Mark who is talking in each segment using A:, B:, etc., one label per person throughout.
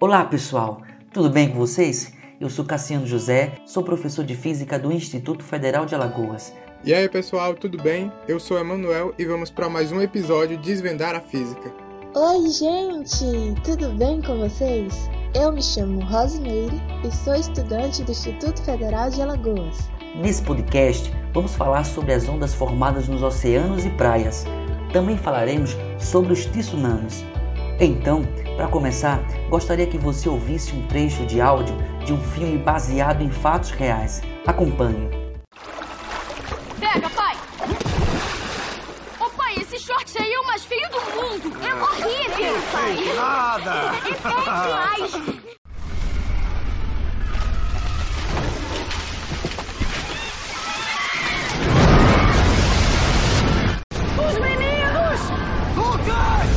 A: Olá pessoal, tudo bem com vocês? Eu sou Cassiano José, sou professor de Física do Instituto Federal de Alagoas.
B: E aí pessoal, tudo bem? Eu sou Emanuel e vamos para mais um episódio de Desvendar a Física.
C: Oi gente, tudo bem com vocês? Eu me chamo Rosemeire e sou estudante do Instituto Federal de Alagoas.
A: Nesse podcast, vamos falar sobre as ondas formadas nos oceanos e praias. Também falaremos sobre os tsunamis. Então, para começar, gostaria que você ouvisse um trecho de áudio de um filme baseado em fatos reais. Acompanhe.
D: Pega, pai! Ô pai, esse short aí é o mais feio do mundo! É horrível, pai!
E: Nada!
D: É feio demais! Os meninos!
E: Lucas!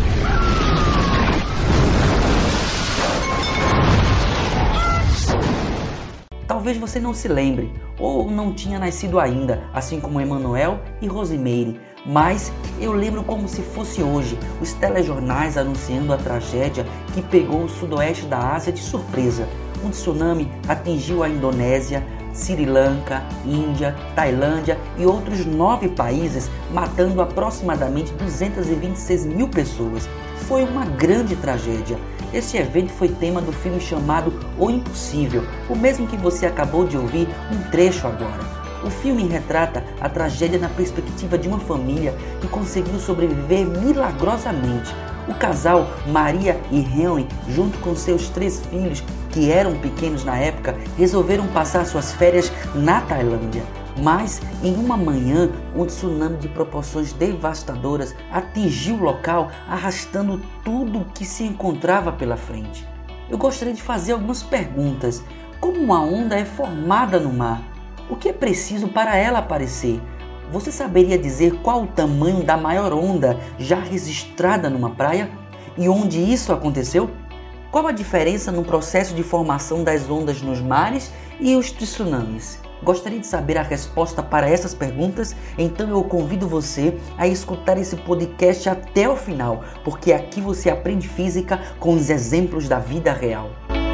A: Talvez você não se lembre, ou não tinha nascido ainda, assim como Emanuel e Rosemeire, mas eu lembro como se fosse hoje, os telejornais anunciando a tragédia que pegou o sudoeste da Ásia de surpresa. Um tsunami atingiu a Indonésia, Sri Lanka, Índia, Tailândia e outros 9 países, matando aproximadamente 226 mil pessoas. Foi uma grande tragédia. Este evento foi tema do filme chamado O Impossível, o mesmo que você acabou de ouvir um trecho agora. O filme retrata a tragédia na perspectiva de uma família que conseguiu sobreviver milagrosamente. O casal Maria e Henry, junto com seus 3 filhos, que eram pequenos na época, resolveram passar suas férias na Tailândia. Mas, em uma manhã, um tsunami de proporções devastadoras atingiu o local, arrastando tudo o que se encontrava pela frente. Eu gostaria de fazer algumas perguntas. Como uma onda é formada no mar? O que é preciso para ela aparecer? Você saberia dizer qual o tamanho da maior onda já registrada numa praia? E onde isso aconteceu? Qual a diferença no processo de formação das ondas nos mares e os tsunamis? Gostaria de saber a resposta para essas perguntas? Então eu convido você a escutar esse podcast até o final, porque aqui você aprende física com os exemplos da vida real.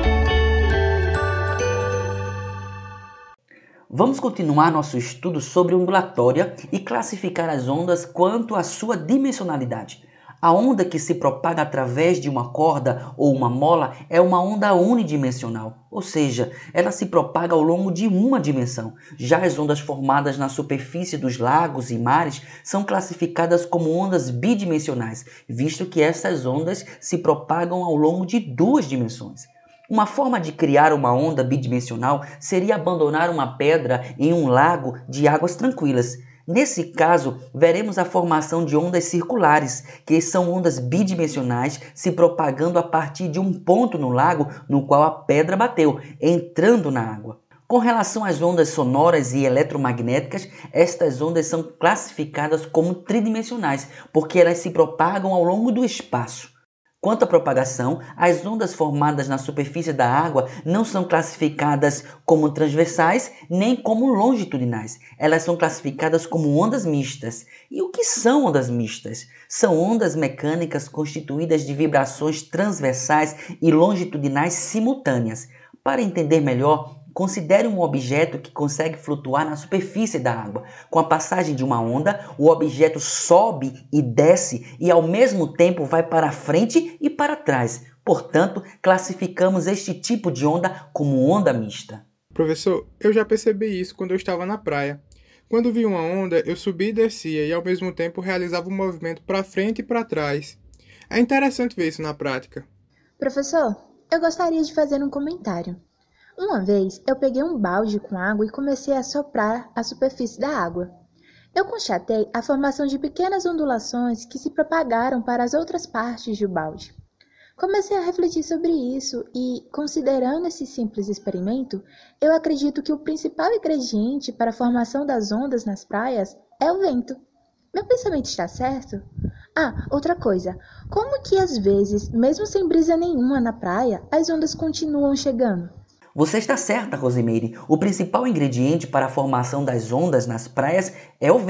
A: Vamos continuar nosso estudo sobre ondulatória e classificar as ondas quanto à sua dimensionalidade. A onda que se propaga através de uma corda ou uma mola é uma onda unidimensional, ou seja, ela se propaga ao longo de uma dimensão. Já as ondas formadas na superfície dos lagos e mares são classificadas como ondas bidimensionais, visto que essas ondas se propagam ao longo de 2 dimensões. Uma forma de criar uma onda bidimensional seria abandonar uma pedra em um lago de águas tranquilas. Nesse caso, veremos a formação de ondas circulares, que são ondas bidimensionais se propagando a partir de um ponto no lago no qual a pedra bateu, entrando na água. Com relação às ondas sonoras e eletromagnéticas, estas ondas são classificadas como tridimensionais, porque elas se propagam ao longo do espaço. Quanto à propagação, as ondas formadas na superfície da água não são classificadas como transversais nem como longitudinais. Elas são classificadas como ondas mistas. E o que são ondas mistas? São ondas mecânicas constituídas de vibrações transversais e longitudinais simultâneas. Para entender melhor, considere um objeto que consegue flutuar na superfície da água. Com a passagem de uma onda, o objeto sobe e desce e ao mesmo tempo vai para frente e para trás. Portanto, classificamos este tipo de onda como onda mista.
B: Professor, eu já percebi isso quando eu estava na praia. Quando vi uma onda, eu subia e descia e ao mesmo tempo realizava um movimento para frente e para trás. É interessante ver isso na prática.
C: Professor, eu gostaria de fazer um comentário. Uma vez, eu peguei um balde com água e comecei a soprar a superfície da água. Eu constatei a formação de pequenas ondulações que se propagaram para as outras partes do balde. Comecei a refletir sobre isso e, considerando esse simples experimento, eu acredito que o principal ingrediente para a formação das ondas nas praias é o vento. Meu pensamento está certo? Outra coisa. Como que às vezes, mesmo sem brisa nenhuma na praia, as ondas continuam chegando?
A: Você está certa, Rosemeire. O principal ingrediente para a formação das ondas nas praias é o vento.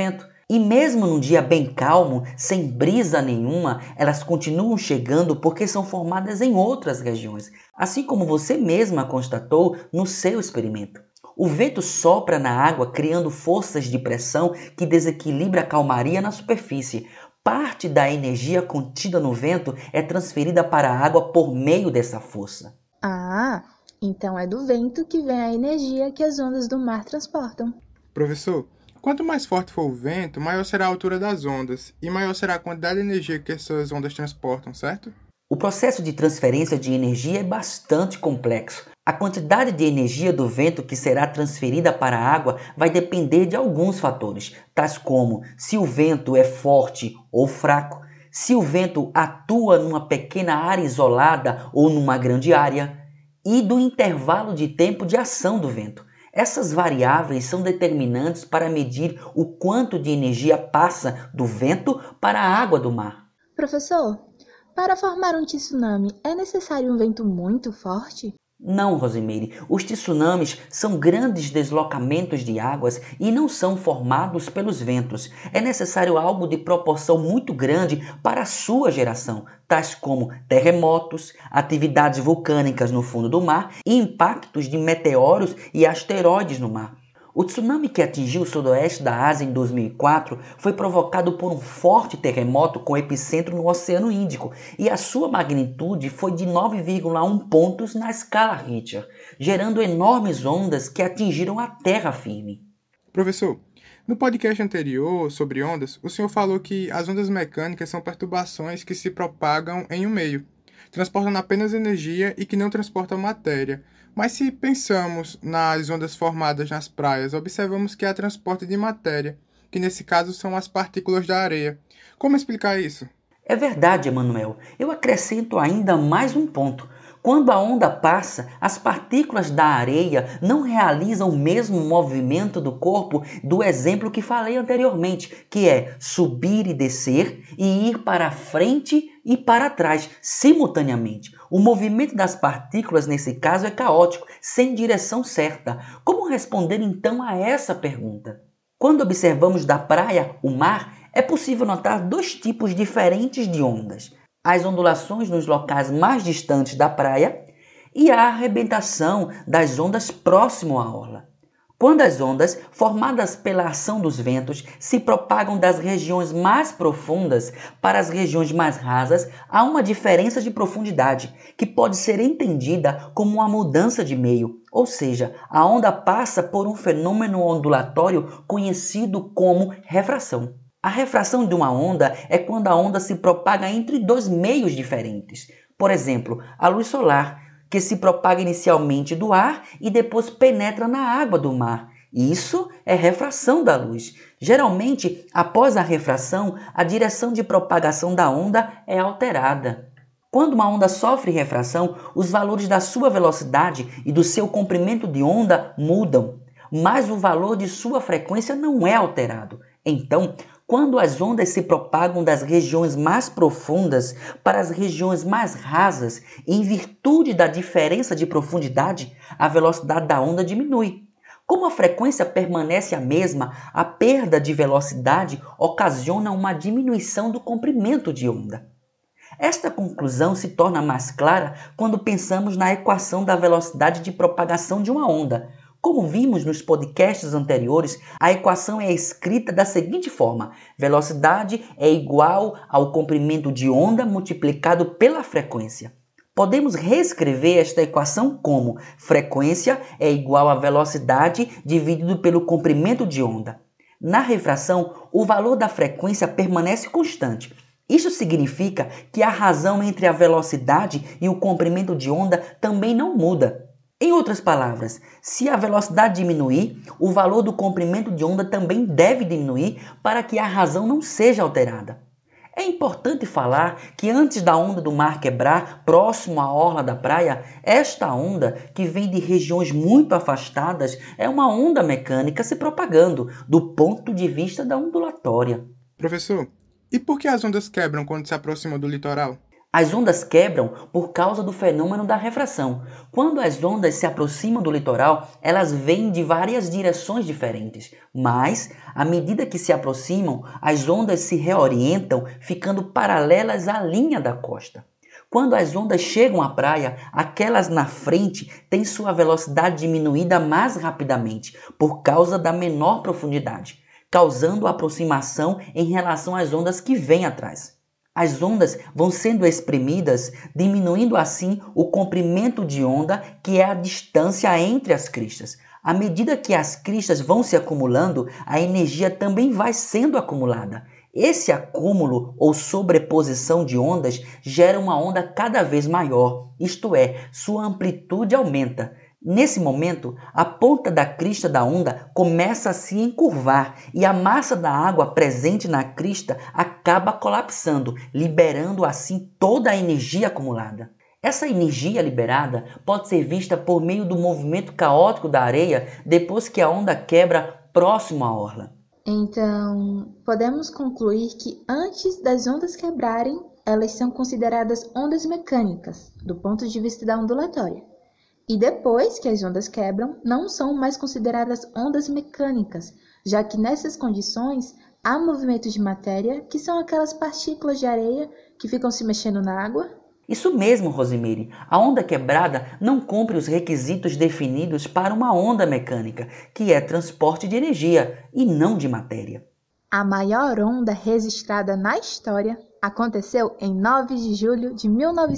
A: E mesmo num dia bem calmo, sem brisa nenhuma, elas continuam chegando porque são formadas em outras regiões, assim como você mesma constatou no seu experimento. O vento sopra na água, criando forças de pressão que desequilibra a calmaria na superfície. Parte da energia contida no vento é transferida para a água por meio dessa força.
C: Ah, então é do vento que vem a energia que as ondas do mar transportam.
B: Professor, quanto mais forte for o vento, maior será a altura das ondas e maior será a quantidade de energia que essas ondas transportam, certo?
A: O processo de transferência de energia é bastante complexo. A quantidade de energia do vento que será transferida para a água vai depender de alguns fatores, tais como se o vento é forte ou fraco, se o vento atua numa pequena área isolada ou numa grande área, e do intervalo de tempo de ação do vento. Essas variáveis são determinantes para medir o quanto de energia passa do vento para a água do mar.
C: Professor, para formar um tsunami é necessário um vento muito forte?
A: Não, Rosimeire, os tsunamis são grandes deslocamentos de águas e não são formados pelos ventos. É necessário algo de proporção muito grande para a sua geração, tais como terremotos, atividades vulcânicas no fundo do mar e impactos de meteoros e asteroides no mar. O tsunami que atingiu o sudoeste da Ásia em 2004 foi provocado por um forte terremoto com epicentro no Oceano Índico e a sua magnitude foi de 9,1 pontos na escala Richter, gerando enormes ondas que atingiram a terra firme.
B: Professor, no podcast anterior sobre ondas, o senhor falou que as ondas mecânicas são perturbações que se propagam em um meio, transportam apenas energia e que não transportam matéria. Mas se pensamos nas ondas formadas nas praias, observamos que há transporte de matéria, que nesse caso são as partículas da areia. Como explicar isso?
A: É verdade, Emanuel. Eu acrescento ainda mais um ponto. Quando a onda passa, as partículas da areia não realizam o mesmo movimento do corpo do exemplo que falei anteriormente, que é subir e descer e ir para frente e para trás, simultaneamente. O movimento das partículas nesse caso é caótico, sem direção certa. Como responder então a essa pergunta? Quando observamos da praia o mar, é possível notar dois tipos diferentes de ondas: as ondulações nos locais mais distantes da praia e a arrebentação das ondas próximo à orla. Quando as ondas, formadas pela ação dos ventos, se propagam das regiões mais profundas para as regiões mais rasas, há uma diferença de profundidade, que pode ser entendida como uma mudança de meio, ou seja, a onda passa por um fenômeno ondulatório conhecido como refração. A refração de uma onda é quando a onda se propaga entre dois meios diferentes. Por exemplo, a luz solar, que se propaga inicialmente do ar e depois penetra na água do mar. Isso é refração da luz. Geralmente, após a refração, a direção de propagação da onda é alterada. Quando uma onda sofre refração, os valores da sua velocidade e do seu comprimento de onda mudam, mas o valor de sua frequência não é alterado. Então, quando as ondas se propagam das regiões mais profundas para as regiões mais rasas, em virtude da diferença de profundidade, a velocidade da onda diminui. Como a frequência permanece a mesma, a perda de velocidade ocasiona uma diminuição do comprimento de onda. Esta conclusão se torna mais clara quando pensamos na equação da velocidade de propagação de uma onda. Como vimos nos podcasts anteriores, a equação é escrita da seguinte forma: velocidade é igual ao comprimento de onda multiplicado pela frequência. Podemos reescrever esta equação como frequência é igual a velocidade dividido pelo comprimento de onda. Na refração, o valor da frequência permanece constante. Isso significa que a razão entre a velocidade e o comprimento de onda também não muda. Em outras palavras, se a velocidade diminuir, o valor do comprimento de onda também deve diminuir para que a razão não seja alterada. É importante falar que antes da onda do mar quebrar próximo à orla da praia, esta onda, que vem de regiões muito afastadas, é uma onda mecânica se propagando, do ponto de vista da ondulatória.
B: Professor, e por que as ondas quebram quando se aproximam do litoral?
A: As ondas quebram por causa do fenômeno da refração. Quando as ondas se aproximam do litoral, elas vêm de várias direções diferentes, mas, à medida que se aproximam, as ondas se reorientam, ficando paralelas à linha da costa. Quando as ondas chegam à praia, aquelas na frente têm sua velocidade diminuída mais rapidamente, por causa da menor profundidade, causando aproximação em relação às ondas que vêm atrás. As ondas vão sendo espremidas, diminuindo assim o comprimento de onda, que é a distância entre as cristas. À medida que as cristas vão se acumulando, a energia também vai sendo acumulada. Esse acúmulo ou sobreposição de ondas gera uma onda cada vez maior, isto é, sua amplitude aumenta. Nesse momento, a ponta da crista da onda começa a se encurvar e a massa da água presente na crista acaba colapsando, liberando assim toda a energia acumulada. Essa energia liberada pode ser vista por meio do movimento caótico da areia depois que a onda quebra próximo à orla.
C: Então, podemos concluir que antes das ondas quebrarem, elas são consideradas ondas mecânicas, do ponto de vista da ondulatória. E depois que as ondas quebram, não são mais consideradas ondas mecânicas, já que nessas condições há movimentos de matéria, que são aquelas partículas de areia que ficam se mexendo na água.
A: Isso mesmo, Rosemary. A onda quebrada não cumpre os requisitos definidos para uma onda mecânica, que é transporte de energia e não de matéria.
C: A maior onda registrada na história aconteceu em 9 de julho de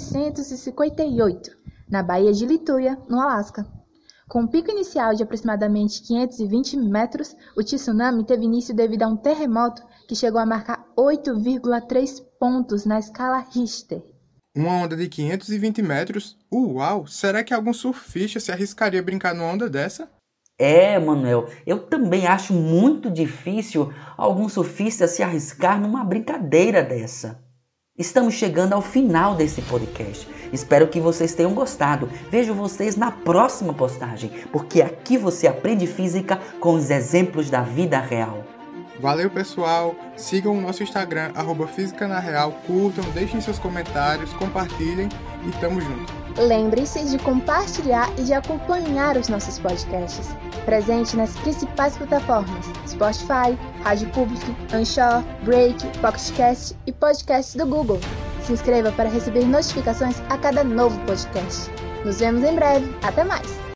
C: 1958. Na Baía de Lituya, no Alasca. Com um pico inicial de aproximadamente 520 metros, o tsunami teve início devido a um terremoto que chegou a marcar 8,3 pontos na escala Richter.
B: Uma onda de 520 metros? Uau! Será que algum surfista se arriscaria a brincar numa onda dessa?
A: Manuel, eu também acho muito difícil algum surfista se arriscar numa brincadeira dessa. Estamos chegando ao final desse podcast. Espero que vocês tenham gostado. Vejo vocês na próxima postagem, porque aqui você aprende física com os exemplos da vida real.
B: Valeu, pessoal. Sigam o nosso Instagram, @FísicaNaReal. Curtam, deixem seus comentários, compartilhem e tamo junto.
C: Lembre-se de compartilhar e de acompanhar os nossos podcasts. Presente nas principais plataformas: Spotify, Rádio Public, Anchor, Break, Pocket Cast e podcasts do Google. Se inscreva para receber notificações a cada novo podcast. Nos vemos em breve. Até mais!